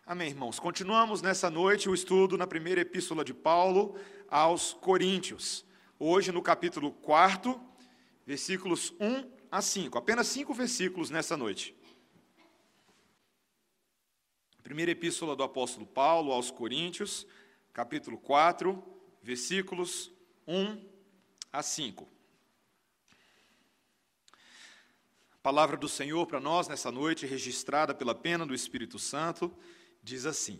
Amém, irmãos. Continuamos nessa noite o estudo na primeira epístola de Paulo aos Coríntios. Hoje no capítulo 4, versículos 1 a 5. Apenas 5 versículos nessa noite. Primeira epístola do apóstolo Paulo aos Coríntios, capítulo 4, versículos 1 a 5. A palavra do Senhor para nós nessa noite, registrada pela pena do Espírito Santo, diz assim: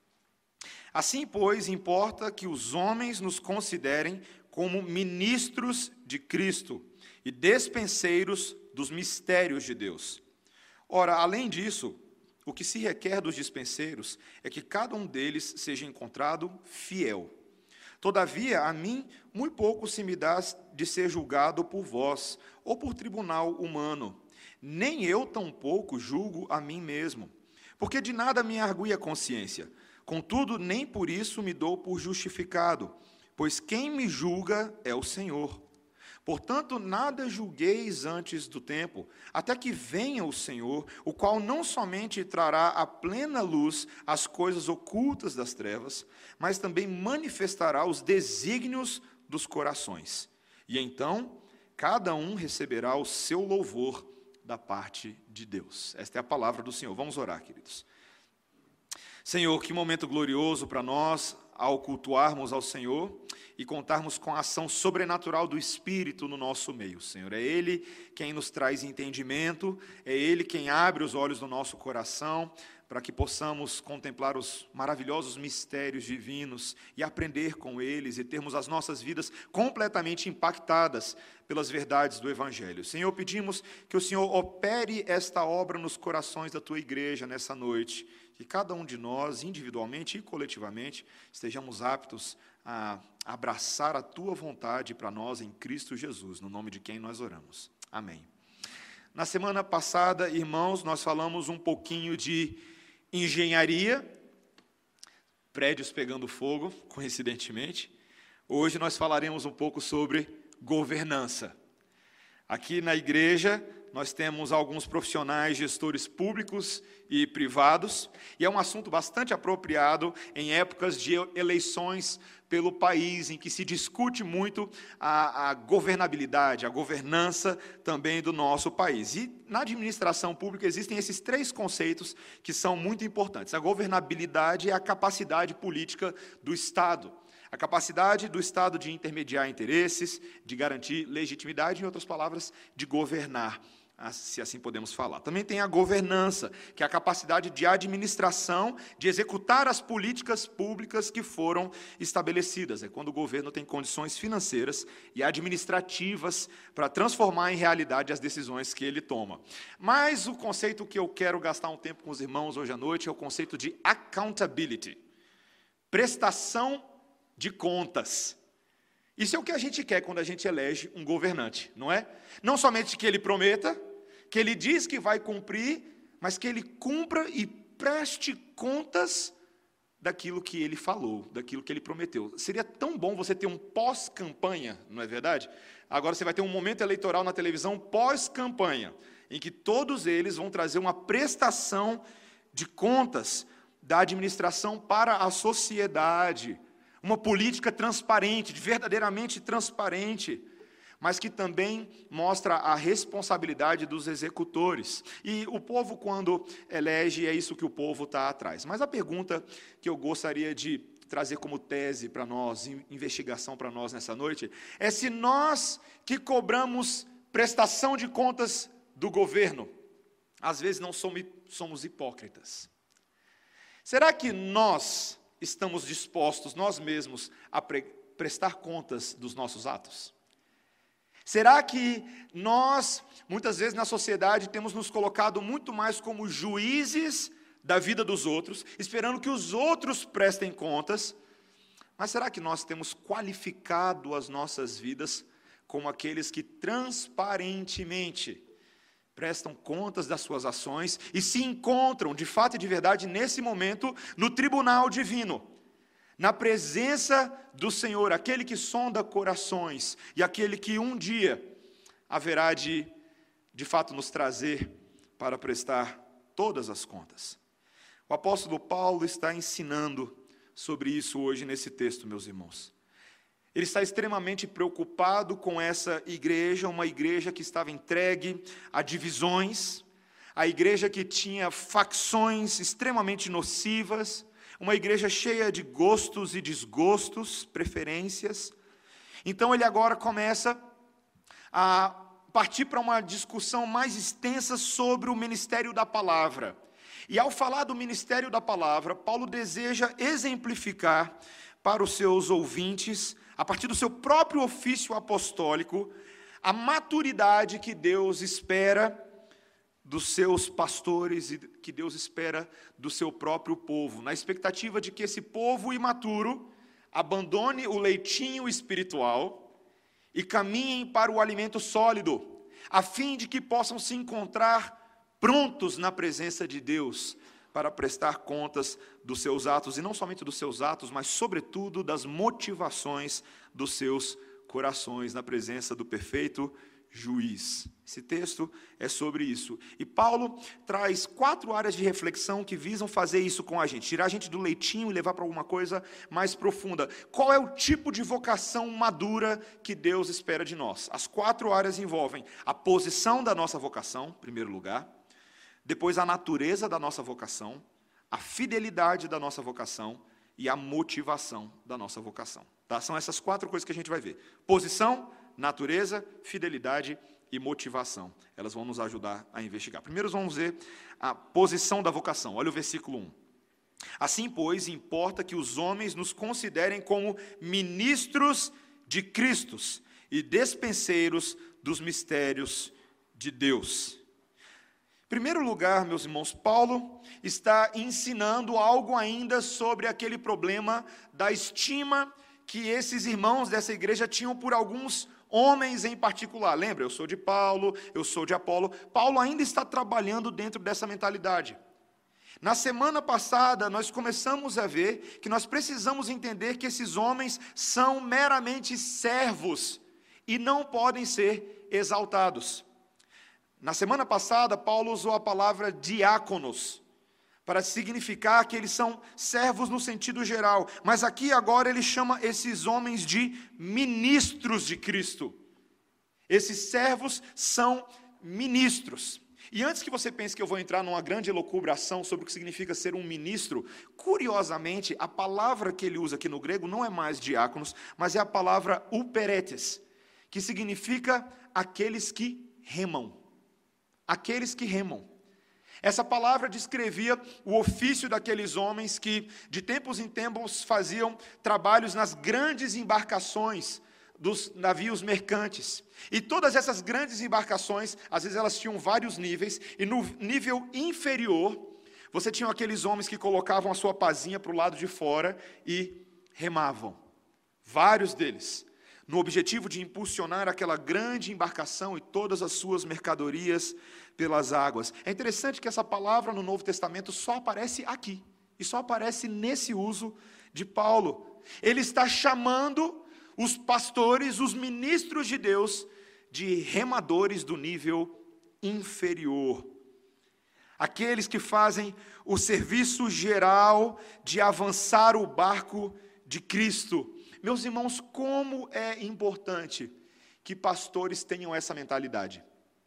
Assim, pois, importa que os homens nos considerem como ministros de Cristo e despenseiros dos mistérios de Deus. Ora, além disso, o que se requer dos dispenseiros é que cada um deles seja encontrado fiel. Todavia, a mim, muito pouco se me dá de ser julgado por vós, ou por tribunal humano. Nem eu tampouco julgo a mim mesmo, porque de nada me argui a consciência. Contudo, nem por isso me dou por justificado, pois quem me julga é o Senhor. Portanto, nada julgueis antes do tempo, até que venha o Senhor, o qual não somente trará à plena luz as coisas ocultas das trevas, mas também manifestará os desígnios dos corações. E então, cada um receberá o seu louvor da parte de Deus. Esta é a palavra do Senhor. Vamos orar, queridos. Senhor, que momento glorioso para nós ao cultuarmos ao Senhor e contarmos com a ação sobrenatural do Espírito no nosso meio, Senhor. É Ele quem nos traz entendimento, é Ele quem abre os olhos do nosso coração, para que possamos contemplar os maravilhosos mistérios divinos e aprender com eles e termos as nossas vidas completamente impactadas pelas verdades do Evangelho. Senhor, pedimos que o Senhor opere esta obra nos corações da Tua igreja nessa noite, que cada um de nós, individualmente e coletivamente, estejamos aptos a abraçar a Tua vontade para nós em Cristo Jesus, no nome de quem nós oramos. Amém. Na semana passada, irmãos, nós falamos um pouquinho de engenharia, prédios pegando fogo, coincidentemente. Hoje nós falaremos um pouco sobre governança. Aqui na igreja, nós temos alguns profissionais, gestores públicos e privados, e é um assunto bastante apropriado em épocas de eleições pelo país, em que se discute muito a governabilidade, a governança também do nosso país. E na administração pública existem esses 3 conceitos que são muito importantes. A governabilidade é a capacidade política do Estado. A capacidade do Estado de intermediar interesses, de garantir legitimidade, em outras palavras, de governar, se assim podemos falar. Também tem a governança, que é a capacidade de administração, de executar as políticas públicas que foram estabelecidas. É quando o governo tem condições financeiras e administrativas para transformar em realidade as decisões que ele toma. Mas o conceito que eu quero gastar um tempo com os irmãos hoje à noite é o conceito de accountability, prestação de contas. Isso é o que a gente quer quando a gente elege um governante, não é? Não somente que ele prometa, que ele diz que vai cumprir, mas que ele cumpra e preste contas daquilo que ele falou, daquilo que ele prometeu. Seria tão bom você ter um pós-campanha, não é verdade? Agora você vai ter um momento eleitoral na televisão pós-campanha, em que todos eles vão trazer uma prestação de contas da administração para a sociedade, uma política transparente, verdadeiramente transparente, mas que também mostra a responsabilidade dos executores. E o povo, quando elege, é isso que o povo está atrás. Mas a pergunta que eu gostaria de trazer como tese para nós, investigação para nós nessa noite, é se nós que cobramos prestação de contas do governo, às vezes não somos hipócritas. Será que nós estamos dispostos, nós mesmos, a prestar contas dos nossos atos? Será que nós, muitas vezes na sociedade, temos nos colocado muito mais como juízes da vida dos outros, esperando que os outros prestem contas? Mas será que nós temos qualificado as nossas vidas como aqueles que transparentemente prestam contas das suas ações e se encontram, de fato e de verdade, nesse momento, no tribunal divino, na presença do Senhor, aquele que sonda corações e aquele que um dia haverá de fato nos trazer para prestar todas as contas? O apóstolo Paulo está ensinando sobre isso hoje nesse texto, meus irmãos. Ele está extremamente preocupado com essa igreja, uma igreja que estava entregue a divisões, a igreja que tinha facções extremamente nocivas, uma igreja cheia de gostos e desgostos, preferências. Então ele agora começa a partir para uma discussão mais extensa sobre o ministério da palavra. E ao falar do ministério da palavra, Paulo deseja exemplificar para os seus ouvintes, a partir do seu próprio ofício apostólico, a maturidade que Deus espera dos seus pastores e que Deus espera do seu próprio povo, na expectativa de que esse povo imaturo abandone o leitinho espiritual e caminhem para o alimento sólido, a fim de que possam se encontrar prontos na presença de Deus para prestar contas dos seus atos, e não somente dos seus atos, mas sobretudo das motivações dos seus corações, na presença do perfeito juiz. Esse texto é sobre isso. E Paulo traz 4 áreas de reflexão que visam fazer isso com a gente, tirar a gente do leitinho e levar para alguma coisa mais profunda. Qual é o tipo de vocação madura que Deus espera de nós? As 4 áreas envolvem a posição da nossa vocação, em primeiro lugar, depois a natureza da nossa vocação, a fidelidade da nossa vocação e a motivação da nossa vocação. Tá? São essas 4 coisas que a gente vai ver. Posição, natureza, fidelidade e motivação. Elas vão nos ajudar a investigar. Primeiro vamos ver a posição da vocação. Olha o versículo 1. Assim, pois, importa que os homens nos considerem como ministros de Cristo e despenseiros dos mistérios de Deus. Em primeiro lugar, meus irmãos, Paulo está ensinando algo ainda sobre aquele problema da estima que esses irmãos dessa igreja tinham por alguns homens em particular. Lembra, eu sou de Paulo, eu sou de Apolo. Paulo ainda está trabalhando dentro dessa mentalidade. Na semana passada, nós começamos a ver que nós precisamos entender que esses homens são meramente servos e não podem ser exaltados. Na semana passada, Paulo usou a palavra diáconos, para significar que eles são servos no sentido geral. Mas aqui agora ele chama esses homens de ministros de Cristo. Esses servos são ministros. E antes que você pense que eu vou entrar numa grande elucubração sobre o que significa ser um ministro, curiosamente, a palavra que ele usa aqui no grego não é mais diáconos, mas é a palavra uperetes, que significa aqueles que remam. Aqueles que remam. Essa palavra descrevia o ofício daqueles homens que, de tempos em tempos, faziam trabalhos nas grandes embarcações dos navios mercantes. E todas essas grandes embarcações, às vezes elas tinham vários níveis, e no nível inferior, você tinha aqueles homens que colocavam a sua pazinha para o lado de fora e remavam. Vários deles, no objetivo de impulsionar aquela grande embarcação e todas as suas mercadorias pelas águas. É interessante que essa palavra no Novo Testamento só aparece aqui, e só aparece nesse uso de Paulo. Ele está chamando os pastores, os ministros de Deus, de remadores do nível inferior. Aqueles que fazem o serviço geral de avançar o barco de Cristo. Meus irmãos, como é importante que pastores tenham essa mentalidade.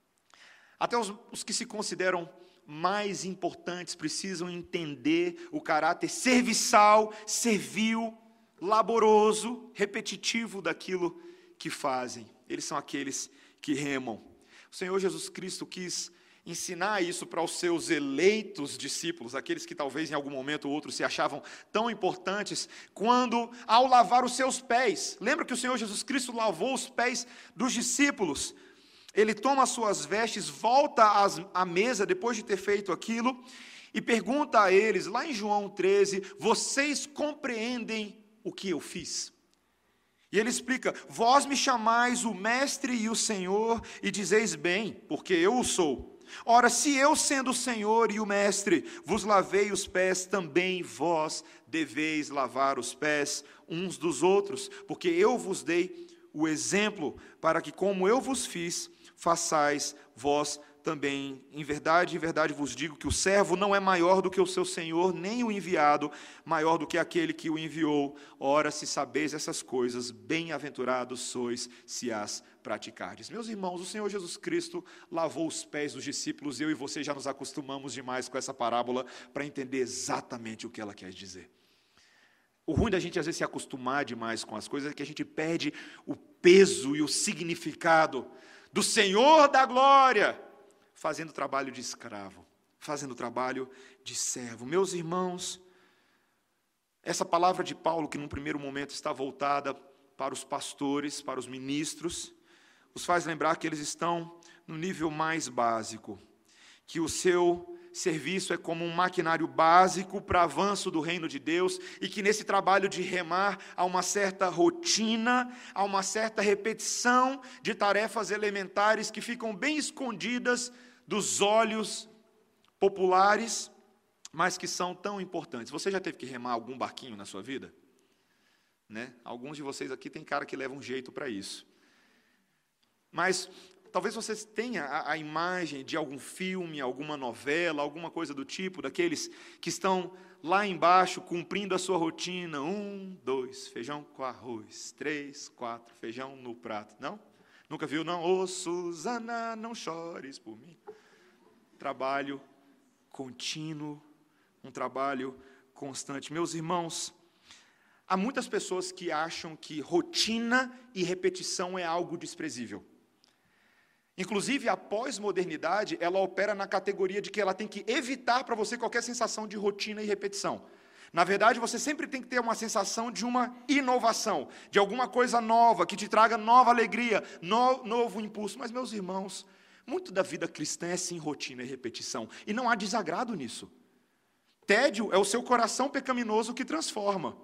Até os que se consideram mais importantes precisam entender o caráter serviçal, servil, laboroso, repetitivo daquilo que fazem. Eles são aqueles que remam. O Senhor Jesus Cristo quis ensinar isso para os seus eleitos discípulos, aqueles que talvez em algum momento ou outro se achavam tão importantes, quando, ao lavar os seus pés, lembra que o Senhor Jesus Cristo lavou os pés dos discípulos? Ele toma as suas vestes, volta à mesa depois de ter feito aquilo, e pergunta a eles, lá em João 13, vocês compreendem o que eu fiz? E ele explica, vós me chamais o mestre e o Senhor, e dizeis bem, porque eu o sou. Ora, se eu, sendo o Senhor e o mestre, vos lavei os pés, também vós deveis lavar os pés uns dos outros, porque eu vos dei o exemplo, para que como eu vos fiz, façais vós também, em verdade vos digo que o servo não é maior do que o seu senhor, nem o enviado maior do que aquele que o enviou. Ora, se sabeis essas coisas, bem-aventurados sois se as praticardes. Meus irmãos, o Senhor Jesus Cristo lavou os pés dos discípulos, eu e você já nos acostumamos demais com essa parábola para entender exatamente o que ela quer dizer. O ruim da gente, às vezes, se acostumar demais com as coisas é que a gente perde o peso e o significado do Senhor da glória, fazendo trabalho de escravo, fazendo trabalho de servo. Meus irmãos, essa palavra de Paulo, que num primeiro momento está voltada para os pastores, para os ministros, os faz lembrar que eles estão no nível mais básico, que o seu serviço é como um maquinário básico para avanço do reino de Deus, e que nesse trabalho de remar há uma certa rotina, há uma certa repetição de tarefas elementares que ficam bem escondidas dos olhos populares, mas que são tão importantes. Você já teve que remar algum barquinho na sua vida? Né? Alguns de vocês aqui tem cara que leva um jeito para isso. Mas talvez você tenha a imagem de algum filme, alguma novela, alguma coisa do tipo, daqueles que estão lá embaixo cumprindo a sua rotina. 1, 2, feijão com arroz. 3, 4, feijão no prato. Não? Nunca viu, não? Ô, Susana, não chores por mim. Trabalho contínuo, um trabalho constante. Meus irmãos, há muitas pessoas que acham que rotina e repetição é algo desprezível. Inclusive, a pós-modernidade, ela opera na categoria de que ela tem que evitar para você qualquer sensação de rotina e repetição. Na verdade, você sempre tem que ter uma sensação de uma inovação, de alguma coisa nova, que te traga nova alegria, novo impulso. Mas, meus irmãos, muito da vida cristã é sim rotina e repetição, e não há desagrado nisso. Tédio é o seu coração pecaminoso que transforma.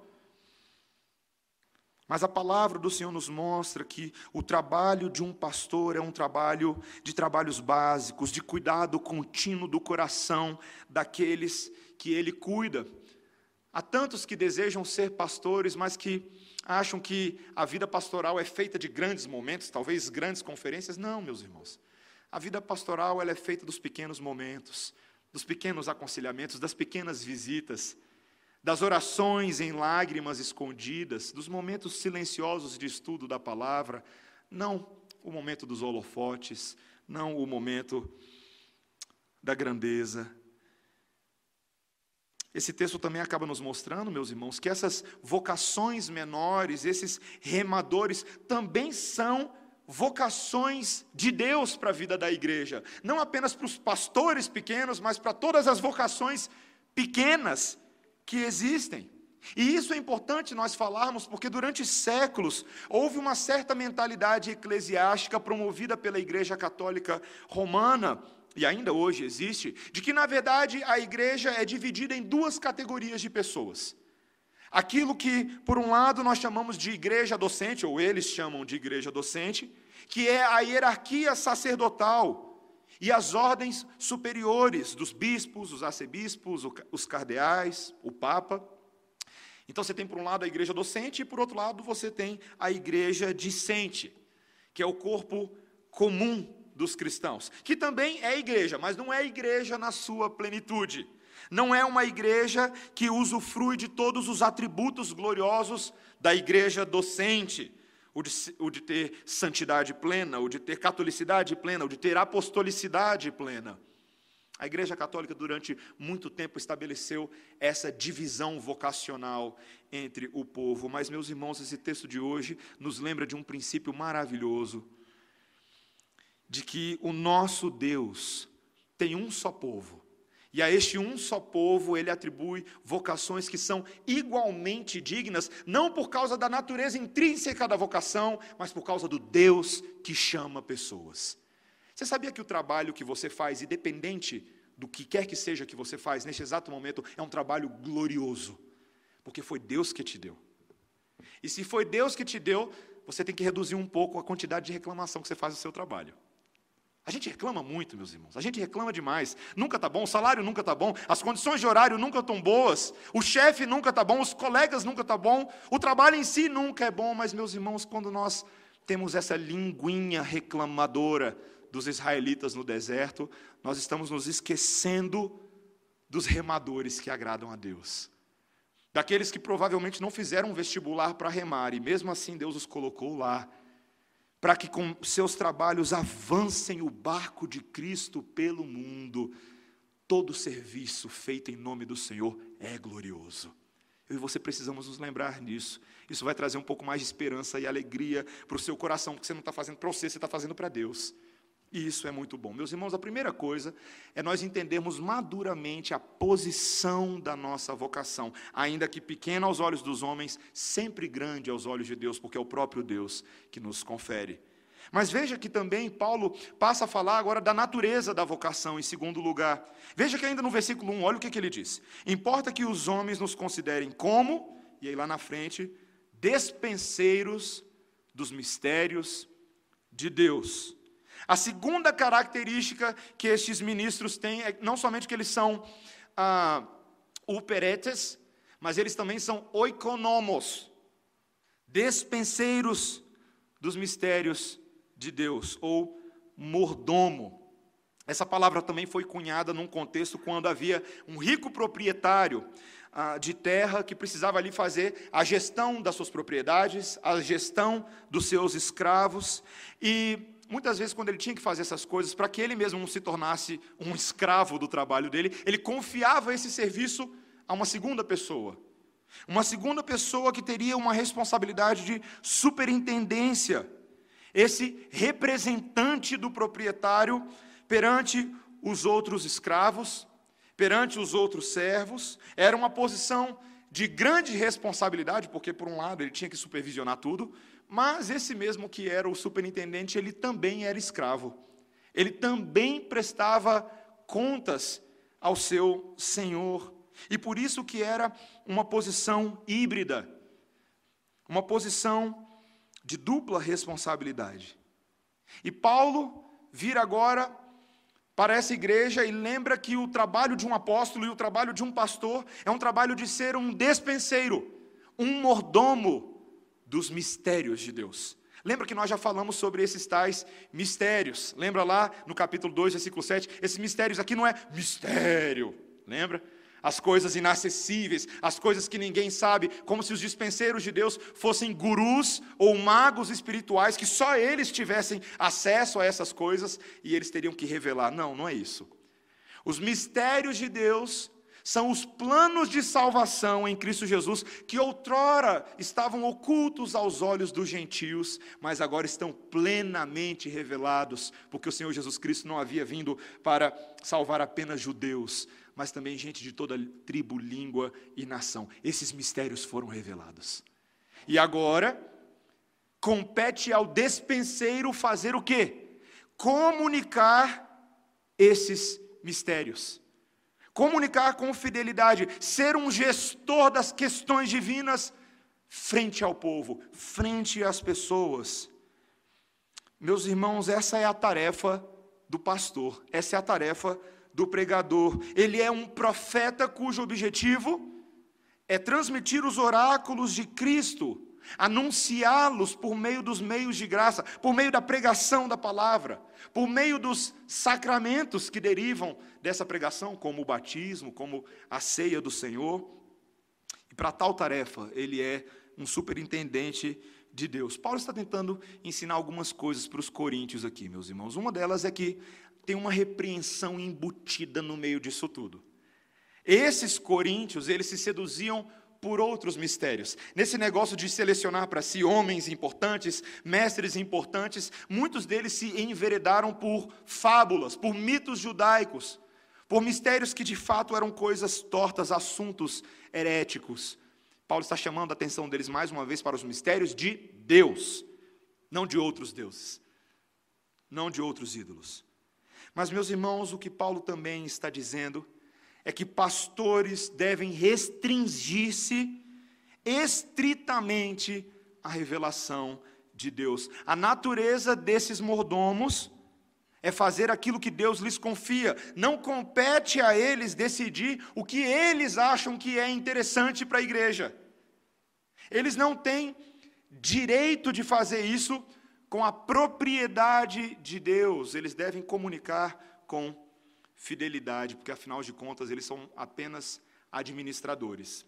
Mas a palavra do Senhor nos mostra que o trabalho de um pastor é um trabalho de trabalhos básicos, de cuidado contínuo do coração daqueles que ele cuida. Há tantos que desejam ser pastores, mas que acham que a vida pastoral é feita de grandes momentos, talvez grandes conferências. Não, meus irmãos. A vida pastoral ela é feita dos pequenos momentos, dos pequenos aconselhamentos, das pequenas visitas, das orações em lágrimas escondidas, dos momentos silenciosos de estudo da palavra, não o momento dos holofotes, não o momento da grandeza. Esse texto também acaba nos mostrando, meus irmãos, que essas vocações menores, esses remadores, também são vocações de Deus para a vida da igreja. Não apenas para os pastores pequenos, mas para todas as vocações pequenas que existem. E isso é importante nós falarmos, porque durante séculos houve uma certa mentalidade eclesiástica promovida pela Igreja Católica Romana, e ainda hoje existe, de que na verdade a igreja é dividida em duas categorias de pessoas. Aquilo que, por um lado, nós chamamos de igreja docente, ou eles chamam de igreja docente, que é a hierarquia sacerdotal e as ordens superiores dos bispos, os arcebispos, os cardeais, o papa. Então você tem por um lado a igreja docente e por outro lado você tem a igreja discente, que é o corpo comum dos cristãos, que também é igreja, mas não é igreja na sua plenitude. Não é uma igreja que usufrui de todos os atributos gloriosos da igreja docente, o de ter santidade plena, o de ter catolicidade plena, o de ter apostolicidade plena. A Igreja Católica, durante muito tempo, estabeleceu essa divisão vocacional entre o povo. Mas, meus irmãos, esse texto de hoje nos lembra de um princípio maravilhoso, de que o nosso Deus tem um só povo. E a este um só povo, ele atribui vocações que são igualmente dignas, não por causa da natureza intrínseca da vocação, mas por causa do Deus que chama pessoas. Você sabia que o trabalho que você faz, independente do que quer que seja que você faz, neste exato momento, é um trabalho glorioso? Porque foi Deus que te deu. E se foi Deus que te deu, você tem que reduzir um pouco a quantidade de reclamação que você faz no seu trabalho. A gente reclama muito, meus irmãos, a gente reclama demais, nunca está bom, o salário nunca está bom, as condições de horário nunca estão boas, o chefe nunca está bom, os colegas nunca estão bom, o trabalho em si nunca é bom, mas, meus irmãos, quando nós temos essa linguinha reclamadora dos israelitas no deserto, nós estamos nos esquecendo dos remadores que agradam a Deus. Daqueles que provavelmente não fizeram um vestibular para remar, e mesmo assim Deus os colocou lá, para que com seus trabalhos avancem o barco de Cristo pelo mundo. Todo serviço feito em nome do Senhor é glorioso. Eu e você precisamos nos lembrar disso. Isso vai trazer um pouco mais de esperança e alegria para o seu coração, porque você não está fazendo para você está fazendo para Deus. E isso é muito bom. Meus irmãos, a primeira coisa é nós entendermos maduramente a posição da nossa vocação, ainda que pequena aos olhos dos homens, sempre grande aos olhos de Deus, porque é o próprio Deus que nos confere. Mas veja que também Paulo passa a falar agora da natureza da vocação, em segundo lugar. Veja que ainda no versículo 1, olha o que ele diz. Importa que os homens nos considerem como, e aí lá na frente, despenseiros dos mistérios de Deus. A segunda característica que estes ministros têm é não somente que eles são uperetes, mas eles também são oikonomos, despenseiros dos mistérios de Deus, ou mordomo. Essa palavra também foi cunhada num contexto quando havia um rico proprietário de terra que precisava ali fazer a gestão das suas propriedades, a gestão dos seus escravos, e muitas vezes quando ele tinha que fazer essas coisas, para que ele mesmo não se tornasse um escravo do trabalho dele, ele confiava esse serviço a uma segunda pessoa. Uma segunda pessoa que teria uma responsabilidade de superintendência. Esse representante do proprietário perante os outros escravos, perante os outros servos, era uma posição de grande responsabilidade, porque por um lado ele tinha que supervisionar tudo, mas esse mesmo que era o superintendente, ele também era escravo. Ele também prestava contas ao seu senhor. E por isso que era uma posição híbrida, uma posição de dupla responsabilidade. E Paulo vira agora para essa igreja e lembra que o trabalho de um apóstolo e o trabalho de um pastor é um trabalho de ser um despenseiro, um mordomo dos mistérios de Deus. Lembra que nós já falamos sobre esses tais mistérios? Lembra lá no capítulo 2, versículo 7? Esses mistérios aqui não é mistério, lembra? As coisas inacessíveis, as coisas que ninguém sabe, como se os dispenseiros de Deus fossem gurus ou magos espirituais, que só eles tivessem acesso a essas coisas e eles teriam que revelar. Não, não é isso. Os mistérios de Deus são os planos de salvação em Cristo Jesus, que outrora estavam ocultos aos olhos dos gentios, mas agora estão plenamente revelados, porque o Senhor Jesus Cristo não havia vindo para salvar apenas judeus, mas também gente de toda tribo, língua e nação. Esses mistérios foram revelados. E agora, compete ao despenseiro fazer o quê? Comunicar esses mistérios. Comunicar com fidelidade, ser um gestor das questões divinas frente ao povo, frente às pessoas. Meus irmãos, essa é a tarefa do pastor, essa é a tarefa do pregador. Ele é um profeta cujo objetivo é transmitir os oráculos de Cristo, anunciá-los por meio dos meios de graça, por meio da pregação da palavra, por meio dos sacramentos que derivam dessa pregação, como o batismo, como a ceia do Senhor. E para tal tarefa, ele é um superintendente de Deus. Paulo está tentando ensinar algumas coisas para os coríntios aqui, meus irmãos. Uma delas é que tem uma repreensão embutida no meio disso tudo. Esses coríntios, eles se seduziam por outros mistérios. Nesse negócio de selecionar para si homens importantes, mestres importantes, muitos deles se enveredaram por fábulas, por mitos judaicos, por mistérios que de fato eram coisas tortas, assuntos heréticos. Paulo está chamando a atenção deles mais uma vez para os mistérios de Deus, não de outros deuses, não de outros ídolos. Mas, meus irmãos, o que Paulo também está dizendo é que pastores devem restringir-se estritamente à revelação de Deus. A natureza desses mordomos é fazer aquilo que Deus lhes confia. Não compete a eles decidir o que eles acham que é interessante para a igreja. Eles não têm direito de fazer isso com a propriedade de Deus, eles devem comunicar com fidelidade, porque afinal de contas eles são apenas administradores.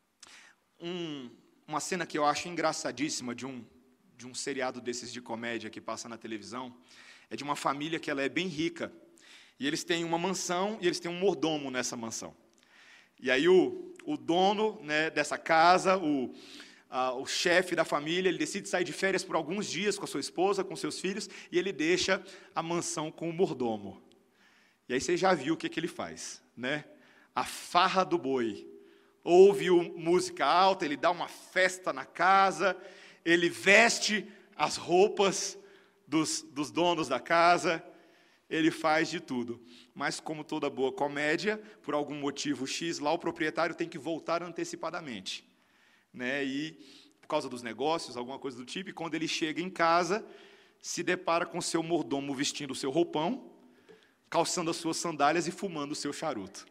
Uma cena que eu acho engraçadíssima de um seriado desses de comédia que passa na televisão, é de uma família que ela é bem rica, e eles têm uma mansão, e eles têm um mordomo nessa mansão. E aí o dono, né, dessa casa, o chefe da família, ele decide sair de férias por alguns dias com a sua esposa, com seus filhos, e ele deixa a mansão com o mordomo. E aí você já viu o que ele faz, né? A farra do boi. Ouve música alta, ele dá uma festa na casa, ele veste as roupas dos donos da casa, ele faz de tudo. Mas, como toda boa comédia, por algum motivo X, lá o proprietário tem que voltar antecipadamente, né? E, por causa dos negócios, alguma coisa do tipo, e quando ele chega em casa, se depara com seu mordomo vestindo o seu roupão, calçando as suas sandálias e fumando o seu charuto.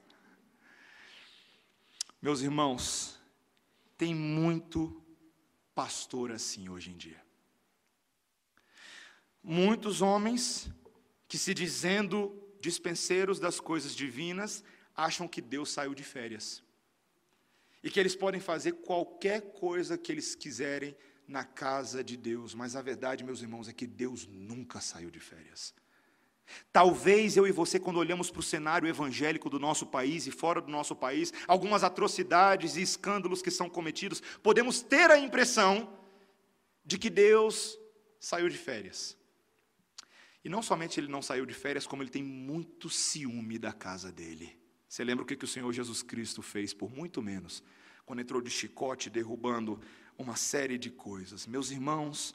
Meus irmãos, tem muito pastor assim hoje em dia. Muitos homens que, se dizendo dispenseiros das coisas divinas, acham que Deus saiu de férias. E que eles podem fazer qualquer coisa que eles quiserem na casa de Deus. Mas a verdade, meus irmãos, é que Deus nunca saiu de férias. Talvez eu e você, quando olhamos para o cenário evangélico do nosso país e fora do nosso país, algumas atrocidades e escândalos que são cometidos, podemos ter a impressão de que Deus saiu de férias. E não somente ele não saiu de férias, como ele tem muito ciúme da casa dele. Você lembra o que o Senhor Jesus Cristo fez por muito menos, quando entrou de chicote, derrubando uma série de coisas? Meus irmãos,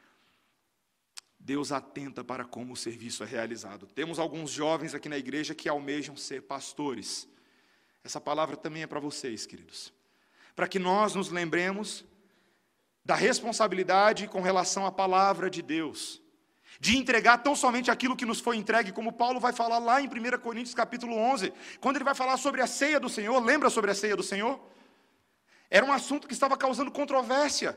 Deus atenta para como o serviço é realizado. Temos alguns jovens aqui na igreja que almejam ser pastores. Essa palavra também é para vocês, queridos. Para que nós nos lembremos da responsabilidade com relação à palavra de Deus. De entregar tão somente aquilo que nos foi entregue, como Paulo vai falar lá em 1 Coríntios capítulo 11, quando ele vai falar sobre a ceia do Senhor. Lembra sobre a ceia do Senhor? Era um assunto que estava causando controvérsia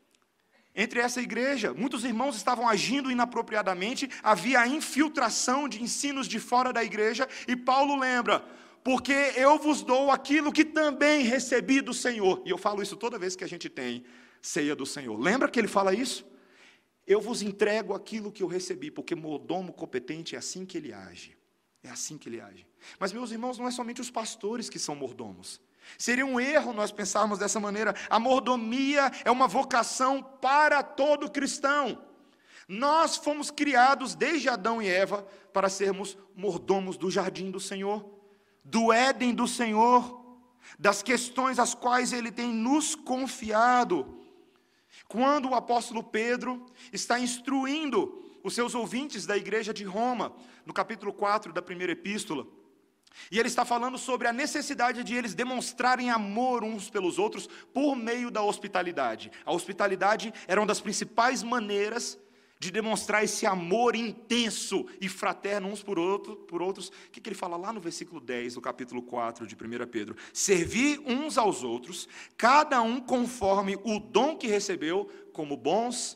entre essa igreja. Muitos irmãos estavam agindo inapropriadamente, havia a infiltração de ensinos de fora da igreja, e Paulo lembra: porque eu vos dou aquilo que também recebi do Senhor. E eu falo isso toda vez que a gente tem ceia do Senhor. Lembra que ele fala isso? Eu vos entrego aquilo que eu recebi, porque mordomo competente é assim que ele age. É assim que ele age. Mas, meus irmãos, não é somente os pastores que são mordomos. Seria um erro nós pensarmos dessa maneira. A mordomia é uma vocação para todo cristão. Nós fomos criados desde Adão e Eva para sermos mordomos do jardim do Senhor, do Éden do Senhor, das questões às quais Ele tem nos confiado. Quando o apóstolo Pedro está instruindo os seus ouvintes da igreja de Roma, no capítulo 4 da primeira epístola, e ele está falando sobre a necessidade de eles demonstrarem amor uns pelos outros por meio da hospitalidade. A hospitalidade era uma das principais maneiras de demonstrar esse amor intenso e fraterno uns por outros. O que ele fala lá no versículo 10 do capítulo 4 de 1 Pedro? Servir uns aos outros, cada um conforme o dom que recebeu, como bons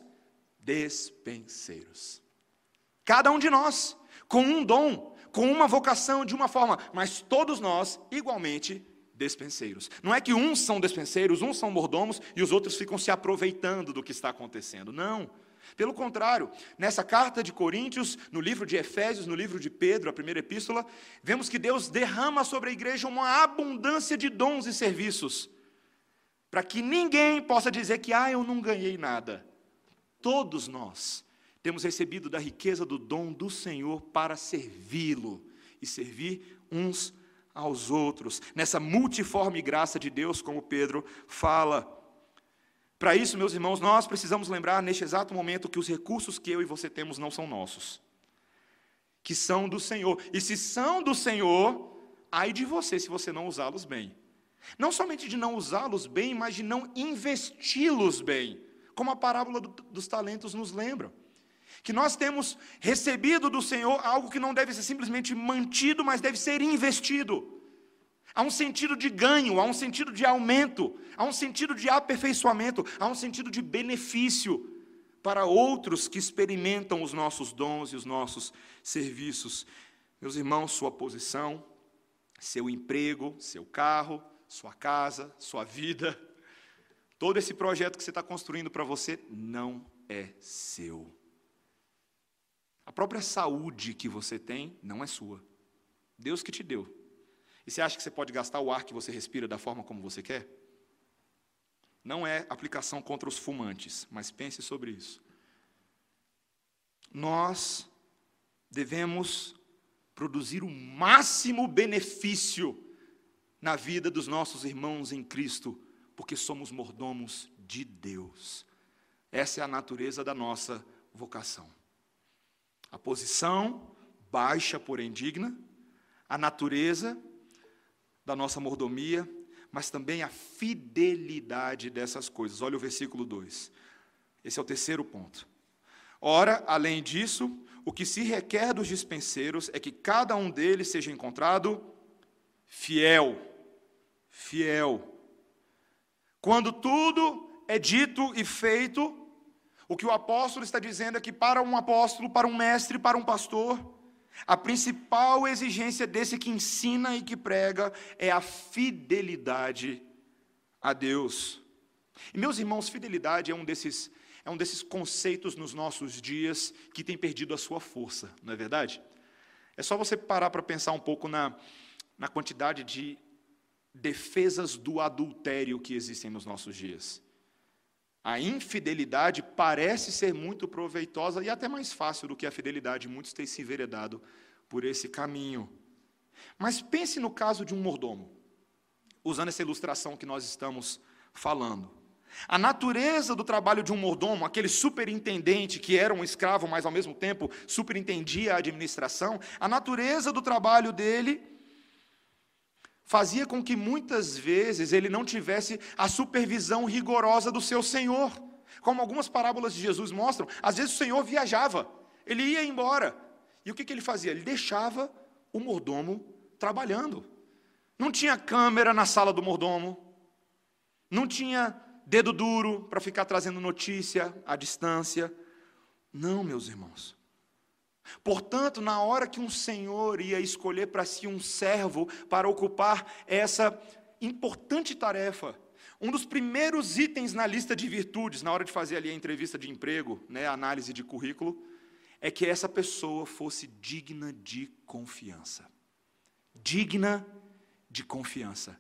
despenseiros. Cada um de nós, com um dom, com uma vocação, de uma forma, mas todos nós, igualmente, despenseiros. Não é que uns são despenseiros, uns são mordomos, e os outros ficam se aproveitando do que está acontecendo. Não. Pelo contrário, nessa carta de Coríntios, no livro de Efésios, no livro de Pedro, a primeira epístola, vemos que Deus derrama sobre a igreja uma abundância de dons e serviços, para que ninguém possa dizer que, eu não ganhei nada. Todos nós temos recebido da riqueza do dom do Senhor para servi-lo e servir uns aos outros, nessa multiforme graça de Deus, como Pedro fala. Para isso, meus irmãos, nós precisamos lembrar neste exato momento que os recursos que eu e você temos não são nossos, que são do Senhor. E se são do Senhor, ai de você se você não usá-los bem. Não somente de não usá-los bem, mas de não investi-los bem, como a parábola dos talentos nos lembra. Que nós temos recebido do Senhor algo que não deve ser simplesmente mantido, mas deve ser investido. Há um sentido de ganho, há um sentido de aumento, há um sentido de aperfeiçoamento, há um sentido de benefício para outros que experimentam os nossos dons e os nossos serviços. Meus irmãos, sua posição, seu emprego, seu carro, sua casa, sua vida, todo esse projeto que você está construindo para você não é seu. A própria saúde que você tem não é sua. Deus que te deu. E você acha que você pode gastar o ar que você respira da forma como você quer? Não é aplicação contra os fumantes, mas pense sobre isso. Nós devemos produzir o máximo benefício na vida dos nossos irmãos em Cristo, porque somos mordomos de Deus. Essa é a natureza da nossa vocação. A posição baixa, porém digna, a natureza da nossa mordomia, mas também a fidelidade dessas coisas. Olha o versículo 2. Esse é o terceiro ponto. Ora, além disso, o que se requer dos dispenseiros é que cada um deles seja encontrado fiel. Fiel. Quando tudo é dito e feito, o que o apóstolo está dizendo é que para um apóstolo, para um mestre, para um pastor, a principal exigência desse que ensina e que prega é a fidelidade a Deus. E, meus irmãos, fidelidade é um desses conceitos nos nossos dias que tem perdido a sua força, não é verdade? É só você parar para pensar um pouco na quantidade de defesas do adultério que existem nos nossos dias. A infidelidade parece ser muito proveitosa e até mais fácil do que a fidelidade. Muitos têm se enveredado por esse caminho. Mas pense no caso de um mordomo, usando essa ilustração que nós estamos falando. A natureza do trabalho de um mordomo, aquele superintendente que era um escravo, mas ao mesmo tempo superintendia a administração, a natureza do trabalho dele fazia com que muitas vezes ele não tivesse a supervisão rigorosa do seu Senhor. Como algumas parábolas de Jesus mostram, às vezes o Senhor viajava, ele ia embora. E o que ele fazia? Ele deixava o mordomo trabalhando. Não tinha câmera na sala do mordomo, não tinha dedo duro para ficar trazendo notícia à distância. Não, meus irmãos. Portanto, na hora que um senhor ia escolher para si um servo para ocupar essa importante tarefa, um dos primeiros itens na lista de virtudes, na hora de fazer ali a entrevista de emprego, a análise de currículo, é que essa pessoa fosse digna de confiança. Digna de confiança.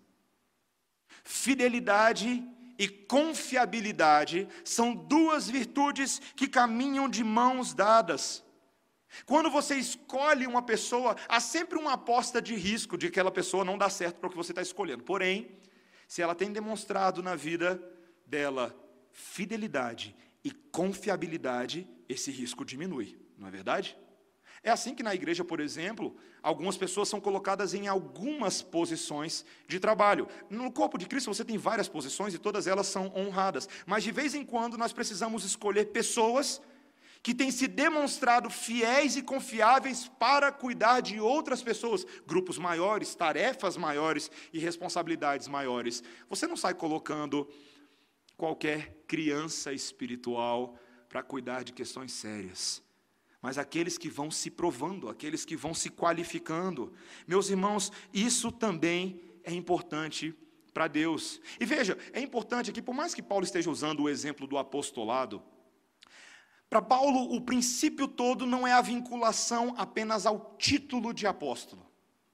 Fidelidade e confiabilidade são duas virtudes que caminham de mãos dadas. Quando você escolhe uma pessoa, há sempre uma aposta de risco de que aquela pessoa não dá certo para o que você está escolhendo. Porém, se ela tem demonstrado na vida dela fidelidade e confiabilidade, esse risco diminui, não é verdade? É assim que na igreja, por exemplo, algumas pessoas são colocadas em algumas posições de trabalho. No corpo de Cristo você tem várias posições e todas elas são honradas. Mas de vez em quando nós precisamos escolher pessoas que têm se demonstrado fiéis e confiáveis para cuidar de outras pessoas, grupos maiores, tarefas maiores e responsabilidades maiores. Você não sai colocando qualquer criança espiritual para cuidar de questões sérias, mas aqueles que vão se provando, aqueles que vão se qualificando. Meus irmãos, isso também é importante para Deus. E veja, é importante aqui, por mais que Paulo esteja usando o exemplo do apostolado, para Paulo, o princípio todo não é a vinculação apenas ao título de apóstolo.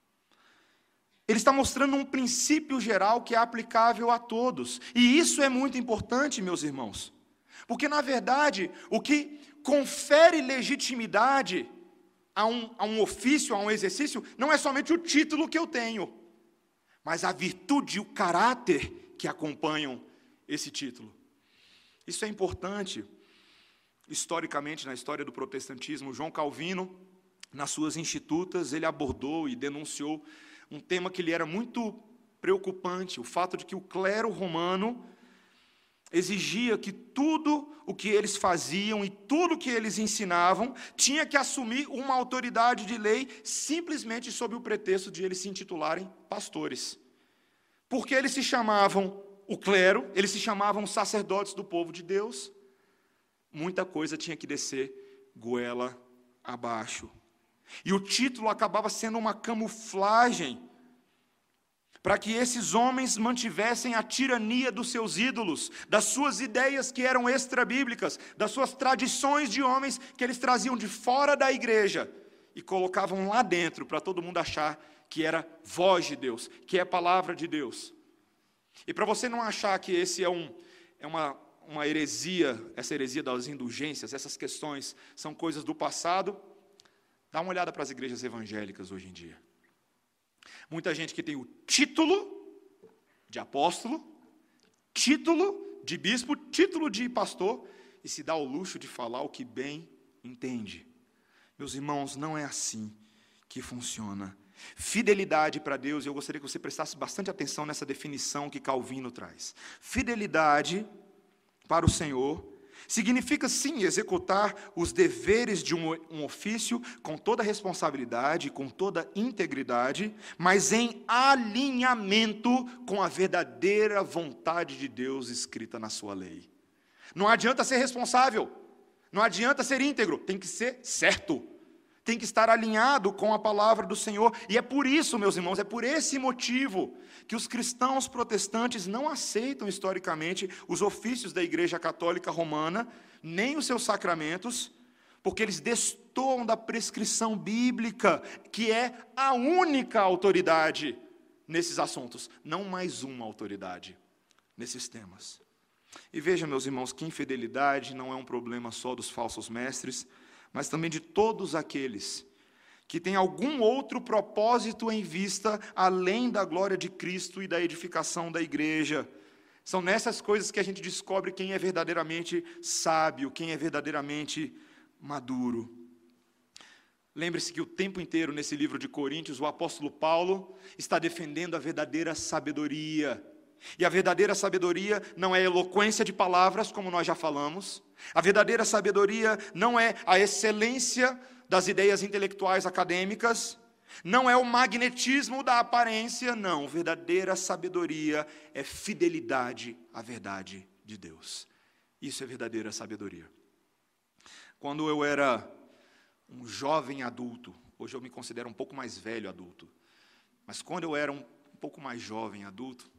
Ele está mostrando um princípio geral que é aplicável a todos. E isso é muito importante, meus irmãos. Porque, na verdade, o que confere legitimidade a um ofício, a um exercício, não é somente o título que eu tenho, mas a virtude e o caráter que acompanham esse título. Isso é importante. Historicamente, na história do protestantismo, João Calvino, nas suas Institutas, ele abordou e denunciou um tema que lhe era muito preocupante, o fato de que o clero romano exigia que tudo o que eles faziam e tudo o que eles ensinavam tinha que assumir uma autoridade de lei simplesmente sob o pretexto de eles se intitularem pastores. Porque eles se chamavam o clero, eles se chamavam sacerdotes do povo de Deus. muita coisa tinha que descer goela abaixo. E o título acabava sendo uma camuflagem para que esses homens mantivessem a tirania dos seus ídolos, das suas ideias que eram extrabíblicas, das suas tradições de homens que eles traziam de fora da igreja e colocavam lá dentro para todo mundo achar que era voz de Deus, que é palavra de Deus. E para você não achar que esse é uma heresia, essa heresia das indulgências, essas questões são coisas do passado, dá uma olhada para as igrejas evangélicas hoje em dia. Muita gente que tem o título de apóstolo, título de bispo, título de pastor, e se dá o luxo de falar o que bem entende. Meus irmãos, não é assim que funciona. Fidelidade para Deus, e eu gostaria que você prestasse bastante atenção nessa definição que Calvino traz. Fidelidade para o Senhor significa, sim, executar os deveres de um ofício com toda responsabilidade, com toda integridade, mas em alinhamento com a verdadeira vontade de Deus escrita na sua lei. Não adianta ser responsável, não adianta ser íntegro, tem que ser certo. Tem que estar alinhado com a palavra do Senhor. E é por isso, meus irmãos, é por esse motivo que os cristãos protestantes não aceitam historicamente os ofícios da Igreja Católica Romana, nem os seus sacramentos, porque eles destoam da prescrição bíblica, que é a única autoridade nesses assuntos, não mais uma autoridade nesses temas. E veja, meus irmãos, que infidelidade não é um problema só dos falsos mestres, mas também de todos aqueles que têm algum outro propósito em vista, além da glória de Cristo e da edificação da igreja. São nessas coisas que a gente descobre quem é verdadeiramente sábio, quem é verdadeiramente maduro. Lembre-se que o tempo inteiro nesse livro de Coríntios, o apóstolo Paulo está defendendo a verdadeira sabedoria. E a verdadeira sabedoria não é eloquência de palavras, como nós já falamos. A verdadeira sabedoria não é a excelência das ideias intelectuais acadêmicas, não é o magnetismo da aparência, não. Verdadeira sabedoria é fidelidade à verdade de Deus. Isso é verdadeira sabedoria. Quando eu era um jovem adulto, hoje eu me considero um pouco mais velho adulto, mas quando eu era um pouco mais jovem adulto,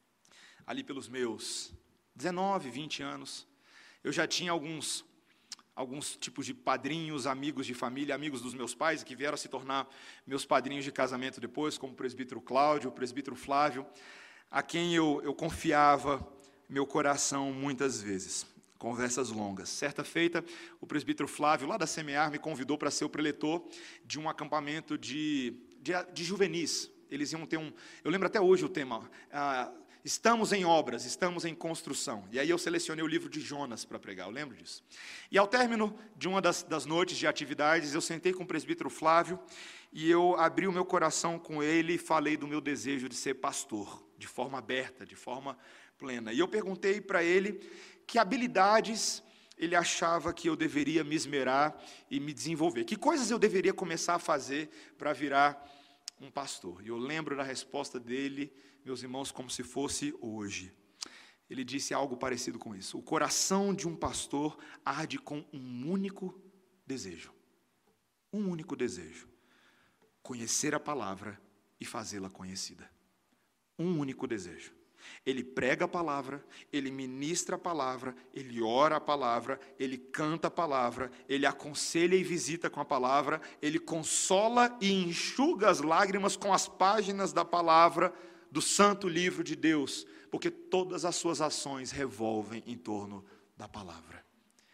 ali pelos meus 19, 20 anos, eu já tinha alguns tipos de padrinhos, amigos de família, amigos dos meus pais, que vieram a se tornar meus padrinhos de casamento depois, como o presbítero Cláudio, o presbítero Flávio, a quem eu confiava meu coração muitas vezes. Conversas longas. Certa feita, o presbítero Flávio, lá da Semear, me convidou para ser o preletor de um acampamento de juvenis. Eles iam ter eu lembro até hoje o tema, estamos em obras, estamos em construção. E aí eu selecionei o livro de Jonas para pregar, eu lembro disso. E ao término de uma das noites de atividades, eu sentei com o presbítero Flávio e eu abri o meu coração com ele e falei do meu desejo de ser pastor, de forma aberta, de forma plena. E eu perguntei para ele que habilidades ele achava que eu deveria me esmerar e me desenvolver. Que coisas eu deveria começar a fazer para virar um pastor? E eu lembro da resposta dele, meus irmãos, como se fosse hoje. Ele disse algo parecido com isso. O coração de um pastor arde com um único desejo. Um único desejo. Conhecer a palavra e fazê-la conhecida. Um único desejo. Ele prega a palavra, ele ministra a palavra, ele ora a palavra, ele canta a palavra, ele aconselha e visita com a palavra, ele consola e enxuga as lágrimas com as páginas da palavra do santo livro de Deus, porque todas as suas ações revolvem em torno da palavra.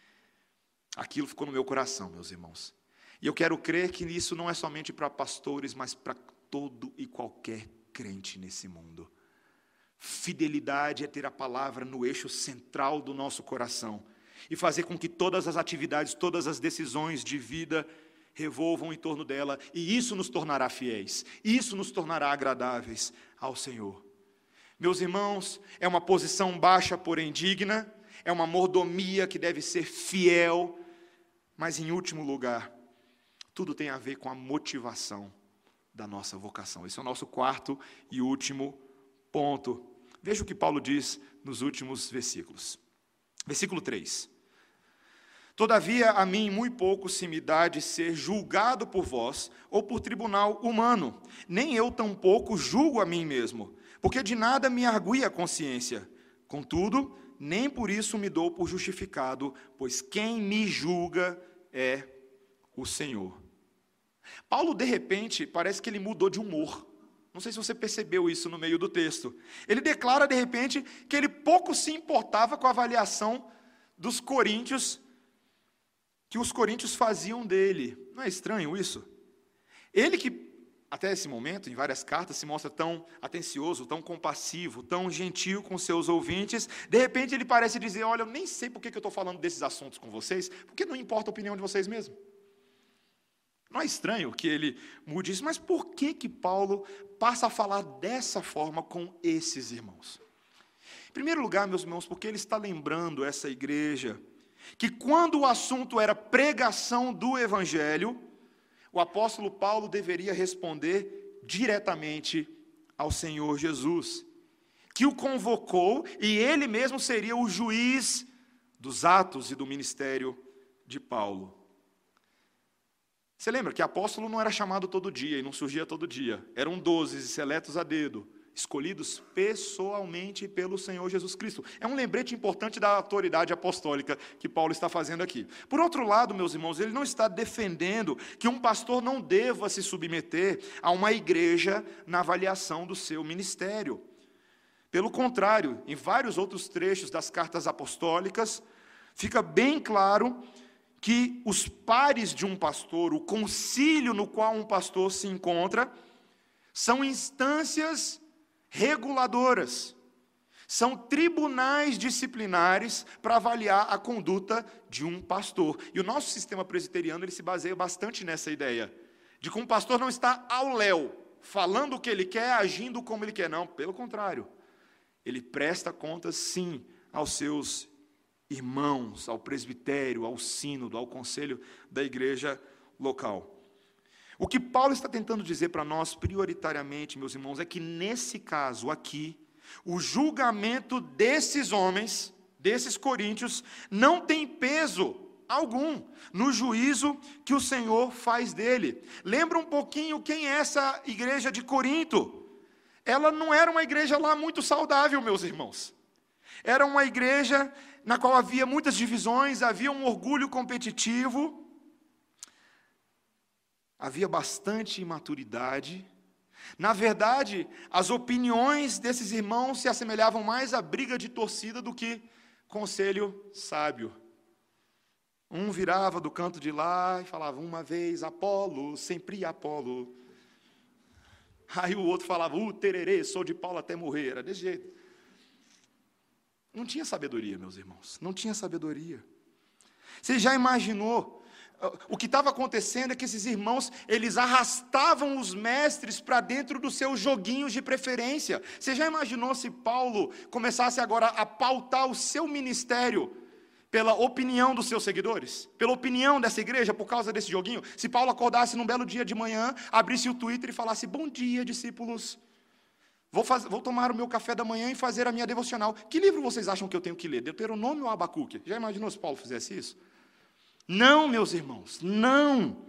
Aquilo ficou no meu coração, meus irmãos. E eu quero crer que isso não é somente para pastores, mas para todo e qualquer crente nesse mundo. Fidelidade é ter a palavra no eixo central do nosso coração e fazer com que todas as atividades, todas as decisões de vida revolvam em torno dela, e isso nos tornará fiéis, isso nos tornará agradáveis ao Senhor. Meus irmãos, é uma posição baixa, porém digna, é uma mordomia que deve ser fiel, mas em último lugar, tudo tem a ver com a motivação da nossa vocação. Esse é o nosso quarto e último ponto. Veja o que Paulo diz nos últimos versículos. Versículo 3. Todavia, a mim muito pouco se me dá de ser julgado por vós ou por tribunal humano. Nem eu tampouco julgo a mim mesmo, porque de nada me argui a consciência. Contudo, nem por isso me dou por justificado, pois quem me julga é o Senhor. Paulo, de repente, parece que ele mudou de humor. Não sei se você percebeu isso no meio do texto. Ele declara, de repente, que ele pouco se importava com a avaliação dos coríntios, que os coríntios faziam dele. Não é estranho isso? Ele que, até esse momento, em várias cartas, se mostra tão atencioso, tão compassivo, tão gentil com seus ouvintes, de repente ele parece dizer, olha, eu nem sei por que eu estou falando desses assuntos com vocês, porque não importa a opinião de vocês mesmos. Não é estranho que ele mude isso, mas por que Paulo passa a falar dessa forma com esses irmãos? Em primeiro lugar, meus irmãos, porque ele está lembrando essa igreja que quando o assunto era pregação do Evangelho, o apóstolo Paulo deveria responder diretamente ao Senhor Jesus, que o convocou e ele mesmo seria o juiz dos atos e do ministério de Paulo. Você lembra que apóstolo não era chamado todo dia e não surgia todo dia. Eram 12 seletos a dedo, escolhidos pessoalmente pelo Senhor Jesus Cristo. É um lembrete importante da autoridade apostólica que Paulo está fazendo aqui. Por outro lado, meus irmãos, ele não está defendendo que um pastor não deva se submeter a uma igreja na avaliação do seu ministério. Pelo contrário, em vários outros trechos das cartas apostólicas, fica bem claro que os pares de um pastor, o concílio no qual um pastor se encontra, são instâncias reguladoras, são tribunais disciplinares para avaliar a conduta de um pastor. E o nosso sistema presbiteriano ele se baseia bastante nessa ideia, de que um pastor não está ao léu, falando o que ele quer, agindo como ele quer. Não, pelo contrário, ele presta contas sim aos seus irmãos, ao presbitério, ao sínodo, ao conselho da igreja local. O que Paulo está tentando dizer para nós, prioritariamente, meus irmãos, é que nesse caso aqui, o julgamento desses homens, desses coríntios, não tem peso algum no juízo que o Senhor faz dele. Lembra um pouquinho quem é essa igreja de Corinto? Ela não era uma igreja lá muito saudável, meus irmãos. Era uma igreja na qual havia muitas divisões, havia um orgulho competitivo, havia bastante imaturidade. Na verdade, as opiniões desses irmãos se assemelhavam mais à briga de torcida do que conselho sábio. Um virava do canto de lá e falava, uma vez Apolo, sempre Apolo. Aí o outro falava, tererê, sou de Paulo até morrer. Era desse jeito. Não tinha sabedoria, meus irmãos. Não tinha sabedoria. Você já imaginou? O que estava acontecendo é que esses irmãos, eles arrastavam os mestres para dentro dos seus joguinhos de preferência. Você já imaginou se Paulo começasse agora a pautar o seu ministério pela opinião dos seus seguidores? Pela opinião dessa igreja, por causa desse joguinho? Se Paulo acordasse num belo dia de manhã, abrisse o Twitter e falasse, bom dia, discípulos, vou tomar o meu café da manhã e fazer a minha devocional. Que livro vocês acham que eu tenho que ler? Deuteronômio ou Abacuque? Já imaginou se Paulo fizesse isso? Não, meus irmãos, não.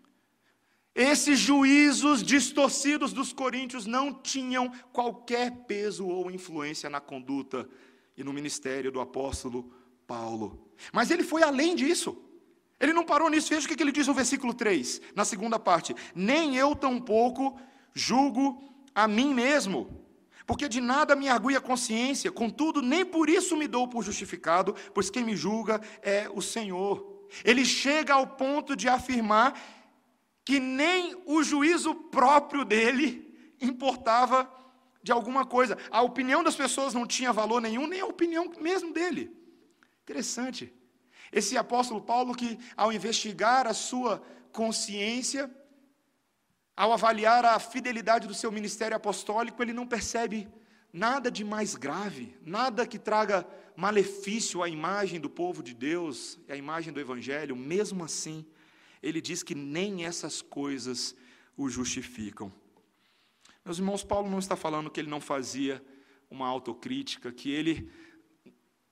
Esses juízos distorcidos dos coríntios não tinham qualquer peso ou influência na conduta e no ministério do apóstolo Paulo. Mas ele foi além disso. Ele não parou nisso. Veja o que ele diz no versículo 3, na segunda parte. Nem eu tampouco julgo a mim mesmo, porque de nada me argui a consciência, contudo, nem por isso me dou por justificado, pois quem me julga é o Senhor. Ele chega ao ponto de afirmar que nem o juízo próprio dele importava de alguma coisa. A opinião das pessoas não tinha valor nenhum, nem a opinião mesmo dele. Interessante. Esse apóstolo Paulo que, ao investigar a sua consciência, ao avaliar a fidelidade do seu ministério apostólico, ele não percebe nada de mais grave, nada que traga malefício à imagem do povo de Deus, à imagem do Evangelho. Mesmo assim, ele diz que nem essas coisas o justificam. Meus irmãos, Paulo não está falando que ele não fazia uma autocrítica, que ele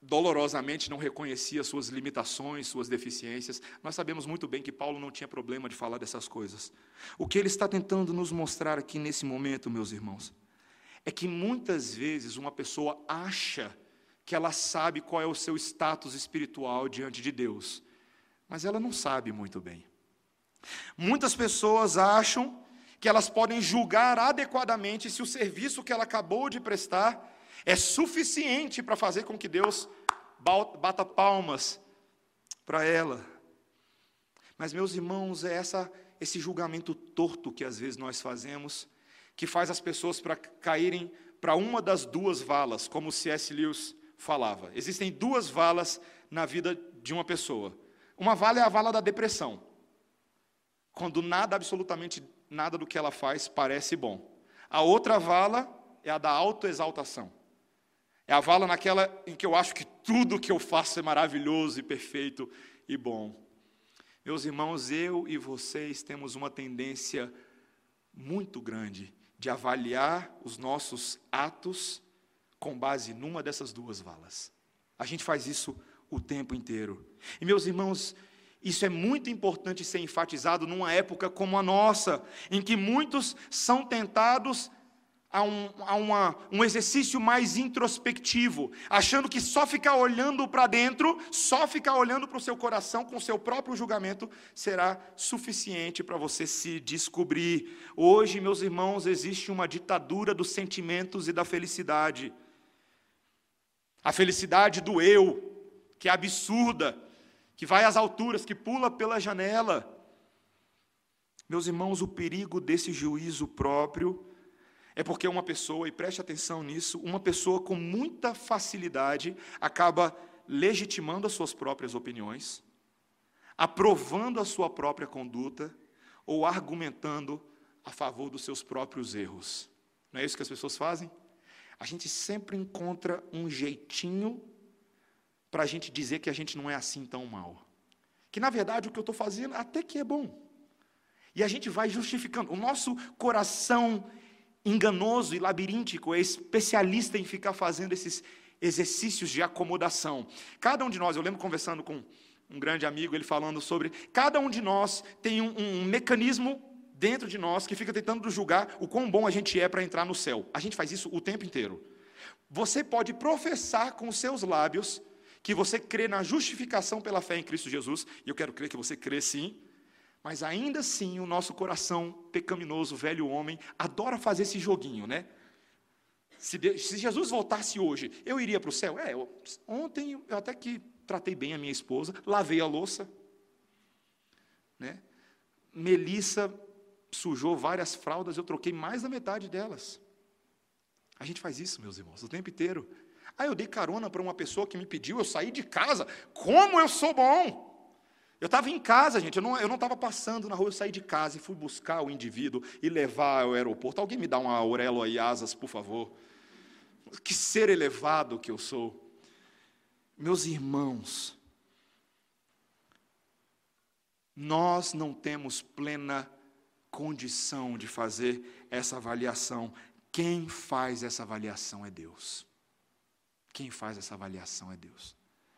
dolorosamente não reconhecia suas limitações, suas deficiências. Nós sabemos muito bem que Paulo não tinha problema de falar dessas coisas. O que ele está tentando nos mostrar aqui nesse momento, meus irmãos, é que muitas vezes uma pessoa acha que ela sabe qual é o seu status espiritual diante de Deus, mas ela não sabe muito bem. Muitas pessoas acham que elas podem julgar adequadamente se o serviço que ela acabou de prestar é suficiente para fazer com que Deus bata palmas para ela. Mas, meus irmãos, é esse julgamento torto que às vezes nós fazemos, que faz as pessoas caírem para uma das duas valas, como C.S. Lewis falava. Existem duas valas na vida de uma pessoa. Uma vala é a vala da depressão, quando absolutamente nada do que ela faz parece bom. A outra vala é a da autoexaltação. É a vala naquela em que eu acho que tudo que eu faço é maravilhoso e perfeito e bom. Meus irmãos, eu e vocês temos uma tendência muito grande de avaliar os nossos atos com base numa dessas duas valas. A gente faz isso o tempo inteiro. E, meus irmãos, isso é muito importante ser enfatizado numa época como a nossa, em que muitos são tentados a um exercício mais introspectivo, achando que só ficar olhando para dentro, só ficar olhando para o seu coração com o seu próprio julgamento, será suficiente para você se descobrir. Hoje, meus irmãos, existe uma ditadura dos sentimentos e da felicidade. A felicidade do eu, que é absurda, que vai às alturas, que pula pela janela. Meus irmãos, o perigo desse juízo próprio é porque uma pessoa, e preste atenção nisso, uma pessoa com muita facilidade acaba legitimando as suas próprias opiniões, aprovando a sua própria conduta ou argumentando a favor dos seus próprios erros. Não é isso que as pessoas fazem? A gente sempre encontra um jeitinho para a gente dizer que a gente não é assim tão mal. Que, na verdade, o que eu estou fazendo até que é bom. E a gente vai justificando. O nosso coração enganoso e labiríntico é especialista em ficar fazendo esses exercícios de acomodação. Cada um de nós, eu lembro conversando com um grande amigo, ele falando sobre, cada um de nós tem um mecanismo dentro de nós que fica tentando julgar o quão bom a gente é para entrar no céu. A gente faz isso o tempo inteiro. Você pode professar com os seus lábios que você crê na justificação pela fé em Cristo Jesus, e eu quero crer que você crê sim, mas ainda assim o nosso coração pecaminoso, velho homem, adora fazer esse joguinho, né? Se Jesus voltasse hoje, eu iria para o céu? Ontem eu até que tratei bem a minha esposa, lavei a louça, né? Melissa sujou várias fraldas, eu troquei mais da metade delas. A gente faz isso, meus irmãos, o tempo inteiro. Eu dei carona para uma pessoa que me pediu, eu saí de casa. Como eu sou bom! Eu estava em casa, gente, eu não estava passando na rua, eu saí de casa e fui buscar o indivíduo e levar ao aeroporto. Alguém me dá uma auréola e asas, por favor? Que ser elevado que eu sou. Meus irmãos, nós não temos plena condição de fazer essa avaliação. Quem faz essa avaliação é Deus. Quem faz essa avaliação é Deus.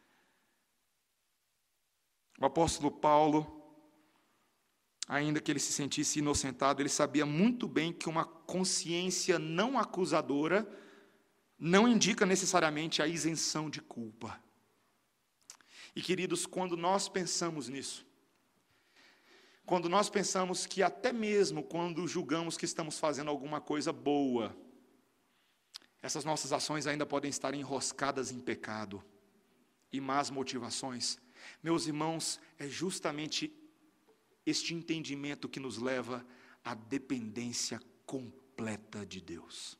O apóstolo Paulo, ainda que ele se sentisse inocentado, ele sabia muito bem que uma consciência não acusadora não indica necessariamente a isenção de culpa. E, queridos, quando nós pensamos nisso, quando nós pensamos que até mesmo quando julgamos que estamos fazendo alguma coisa boa, essas nossas ações ainda podem estar enroscadas em pecado e más motivações, meus irmãos, é justamente este entendimento que nos leva à dependência completa de Deus.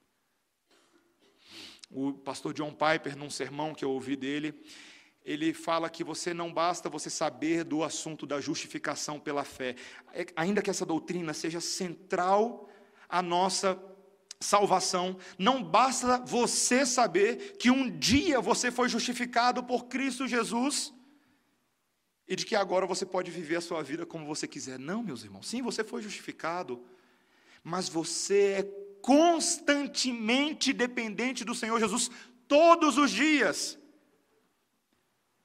O pastor John Piper, num sermão que eu ouvi dele, ele fala que não basta você saber do assunto da justificação pela fé, ainda que essa doutrina seja central à nossa salvação, não basta você saber que um dia você foi justificado por Cristo Jesus e de que agora você pode viver a sua vida como você quiser. Não, meus irmãos, sim, você foi justificado, mas você é constantemente dependente do Senhor Jesus todos os dias.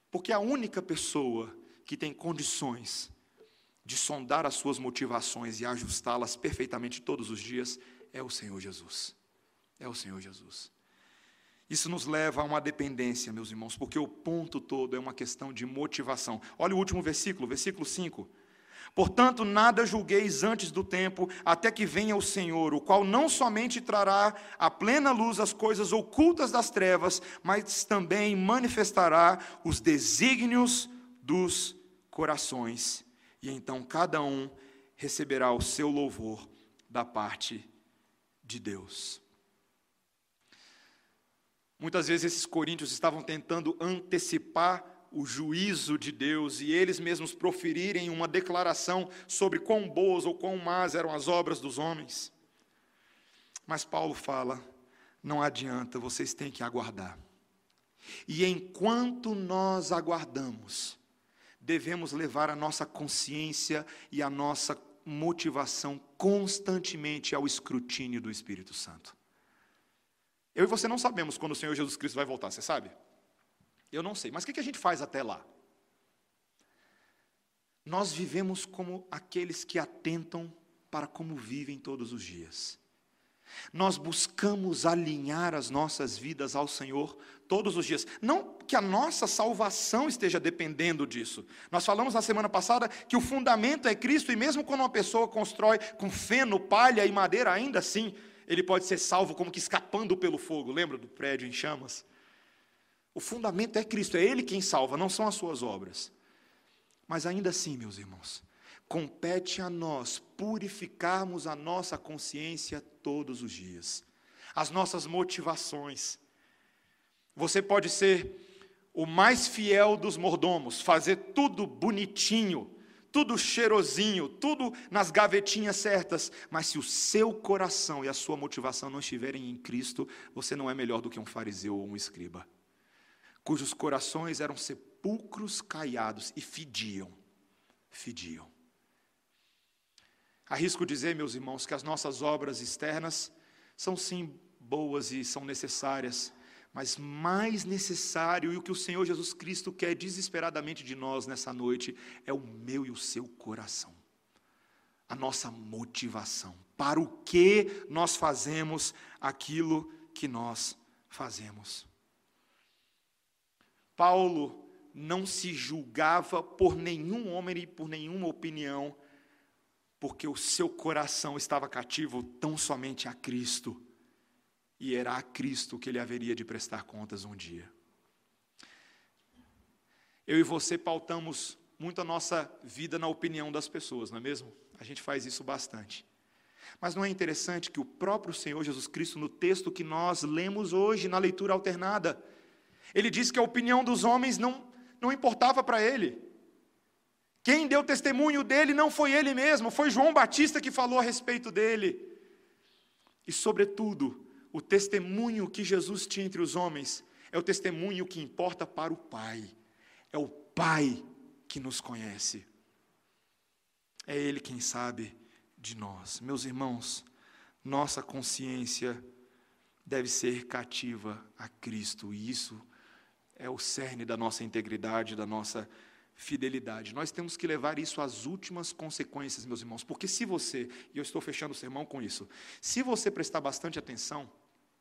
Porque a única pessoa que tem condições de sondar as suas motivações e ajustá-las perfeitamente todos os dias é o Senhor Jesus. É o Senhor Jesus. Isso nos leva a uma dependência, meus irmãos, porque o ponto todo é uma questão de motivação. Olha o último versículo, versículo 5. Portanto, nada julgueis antes do tempo, até que venha o Senhor, o qual não somente trará à plena luz as coisas ocultas das trevas, mas também manifestará os desígnios dos corações. E então cada um receberá o seu louvor da parte de Deus. Muitas vezes esses coríntios estavam tentando antecipar o juízo de Deus e eles mesmos proferirem uma declaração sobre quão boas ou quão más eram as obras dos homens. Mas Paulo fala, não adianta, vocês têm que aguardar. E enquanto nós aguardamos, devemos levar a nossa consciência e a nossa motivação constantemente ao escrutínio do Espírito Santo. Eu e você não sabemos quando o Senhor Jesus Cristo vai voltar, você sabe? Eu não sei, mas o que a gente faz até lá? Nós vivemos como aqueles que atentam para como vivem todos os dias. Nós buscamos alinhar as nossas vidas ao Senhor todos os dias. Não que a nossa salvação esteja dependendo disso. Nós falamos na semana passada que o fundamento é Cristo, e mesmo quando uma pessoa constrói com feno, palha e madeira, ainda assim, ele pode ser salvo como que escapando pelo fogo. Lembra do prédio em chamas? O fundamento é Cristo, é Ele quem salva, não são as suas obras. Mas ainda assim, meus irmãos, compete a nós purificarmos a nossa consciência todos os dias, as nossas motivações. Você pode ser o mais fiel dos mordomos, fazer tudo bonitinho, tudo cheirosinho, tudo nas gavetinhas certas, mas se o seu coração e a sua motivação não estiverem em Cristo, você não é melhor do que um fariseu ou um escriba, cujos corações eram sepulcros caiados e fediam. Arrisco dizer, meus irmãos, que as nossas obras externas são sim boas e são necessárias, mas mais necessário, e o que o Senhor Jesus Cristo quer desesperadamente de nós nessa noite, é o meu e o seu coração, a nossa motivação, para o que nós fazemos aquilo que nós fazemos. Paulo não se julgava por nenhum homem e por nenhuma opinião, porque o seu coração estava cativo tão somente a Cristo, e era a Cristo que ele haveria de prestar contas um dia. Eu e você pautamos muito a nossa vida na opinião das pessoas, não é mesmo? A gente faz isso bastante. Mas não é interessante que o próprio Senhor Jesus Cristo, no texto que nós lemos hoje, na leitura alternada, ele disse que a opinião dos homens não importava para ele. Quem deu testemunho dele não foi ele mesmo, foi João Batista que falou a respeito dele. E, sobretudo, o testemunho que Jesus tinha entre os homens é o testemunho que importa para o Pai. É o Pai que nos conhece. É Ele quem sabe de nós. Meus irmãos, nossa consciência deve ser cativa a Cristo, e isso é o cerne da nossa integridade, da nossa fidelidade. Nós temos que levar isso às últimas consequências, meus irmãos, porque se você, e eu estou fechando o sermão com isso, se você prestar bastante atenção,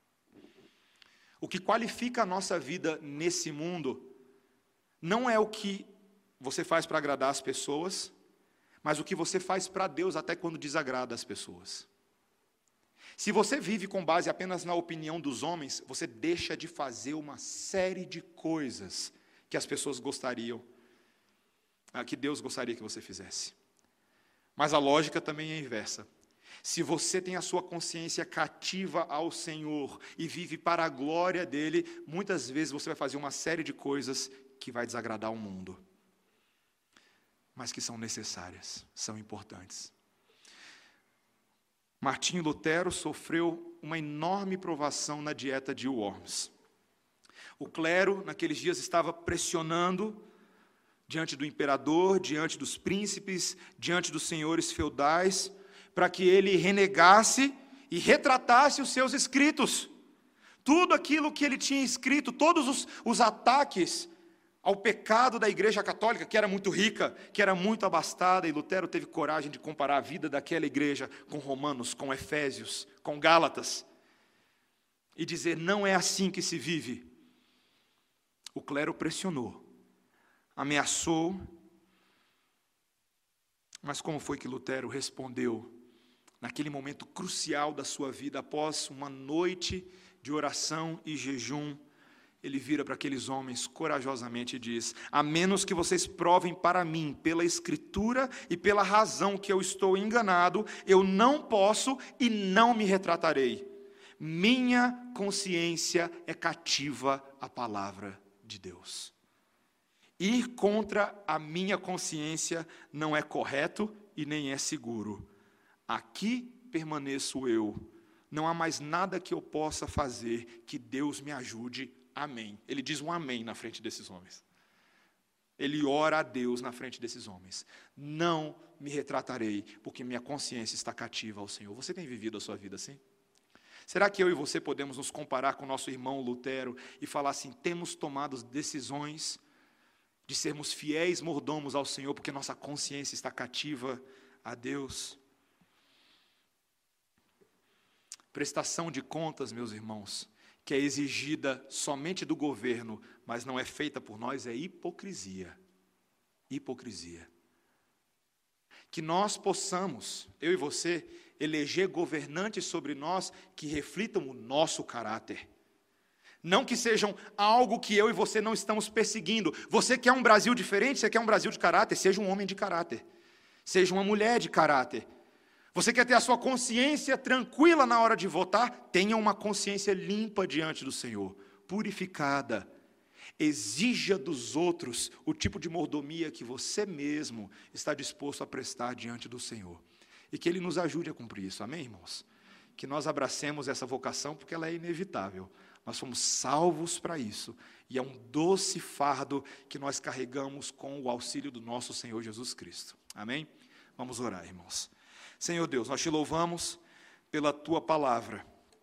o que qualifica a nossa vida nesse mundo não é o que você faz para agradar as pessoas, mas o que você faz para Deus até quando desagrada as pessoas. Se você vive com base apenas na opinião dos homens, você deixa de fazer uma série de coisas que as pessoas gostariam, que Deus gostaria que você fizesse. Mas a lógica também é inversa. Se você tem a sua consciência cativa ao Senhor e vive para a glória dEle, muitas vezes você vai fazer uma série de coisas que vai desagradar o mundo, mas que são necessárias, são importantes. Martinho Lutero sofreu uma enorme provação na dieta de Worms. O clero, naqueles dias, estava pressionando diante do imperador, diante dos príncipes, diante dos senhores feudais, para que ele renegasse e retratasse os seus escritos. Tudo aquilo que ele tinha escrito, todos os ataques ao pecado da Igreja Católica, que era muito rica, que era muito abastada, e Lutero teve coragem de comparar a vida daquela igreja com Romanos, com Efésios, com Gálatas, e dizer: não é assim que se vive. O clero pressionou, ameaçou, mas como foi que Lutero respondeu naquele momento crucial da sua vida, após uma noite de oração e jejum? Ele vira para aqueles homens corajosamente e diz: a menos que vocês provem para mim, pela Escritura e pela razão, que eu estou enganado, eu não posso e não me retratarei. Minha consciência é cativa à palavra de Deus. Ir contra a minha consciência não é correto e nem é seguro. Aqui permaneço eu. Não há mais nada que eu possa fazer, que Deus me ajude. Amém. Ele diz um amém na frente desses homens. Ele ora a Deus na frente desses homens. Não me retratarei, porque minha consciência está cativa ao Senhor. Você tem vivido a sua vida assim? Será que eu e você podemos nos comparar com o nosso irmão Lutero e falar assim: temos tomado decisões de sermos fiéis mordomos ao Senhor, porque nossa consciência está cativa a Deus? Prestação de contas, meus irmãos, que é exigida somente do governo, mas não é feita por nós, é hipocrisia. Hipocrisia. Que nós possamos, eu e você, eleger governantes sobre nós que reflitam o nosso caráter. Não que sejam algo que eu e você não estamos perseguindo. Você quer um Brasil diferente, você quer um Brasil de caráter, seja um homem de caráter. Seja uma mulher de caráter. Você quer ter a sua consciência tranquila na hora de votar? Tenha uma consciência limpa diante do Senhor, purificada. Exija dos outros o tipo de mordomia que você mesmo está disposto a prestar diante do Senhor. E que Ele nos ajude a cumprir isso, amém, irmãos? Que nós abracemos essa vocação, porque ela é inevitável. Nós fomos salvos para isso. E é um doce fardo que nós carregamos com o auxílio do nosso Senhor Jesus Cristo. Amém? Vamos orar, irmãos. Senhor Deus, nós te louvamos pela Tua palavra.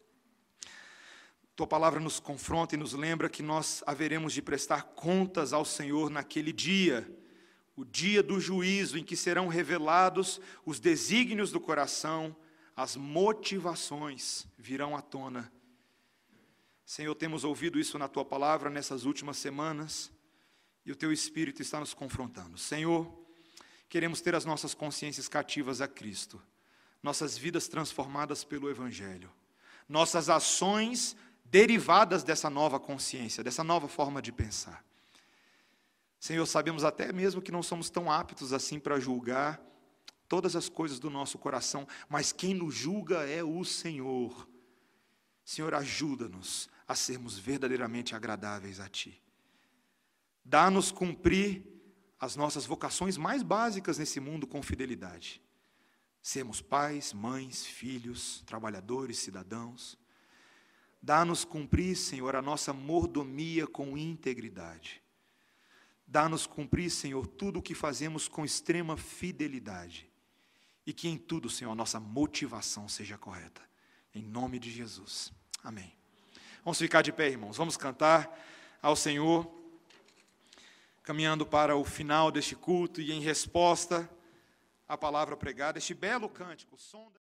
Tua palavra nos confronta e nos lembra que nós haveremos de prestar contas ao Senhor naquele dia, o dia do juízo, em que serão revelados os desígnios do coração, as motivações virão à tona. Senhor, temos ouvido isso na Tua palavra nessas últimas semanas, e o Teu Espírito está nos confrontando. Senhor, queremos ter as nossas consciências cativas a Cristo, nossas vidas transformadas pelo Evangelho, nossas ações derivadas dessa nova consciência, dessa nova forma de pensar. Senhor, sabemos até mesmo que não somos tão aptos assim para julgar todas as coisas do nosso coração, mas quem nos julga é o Senhor. Senhor, ajuda-nos a sermos verdadeiramente agradáveis a Ti. Dá-nos cumprir as nossas vocações mais básicas nesse mundo com fidelidade. Sermos pais, mães, filhos, trabalhadores, cidadãos. Dá-nos cumprir, Senhor, a nossa mordomia com integridade. Dá-nos cumprir, Senhor, tudo o que fazemos com extrema fidelidade. E que em tudo, Senhor, a nossa motivação seja correta. Em nome de Jesus. Amém. Vamos ficar de pé, irmãos. Vamos cantar ao Senhor, caminhando para o final deste culto e em resposta à palavra pregada, este belo cântico, som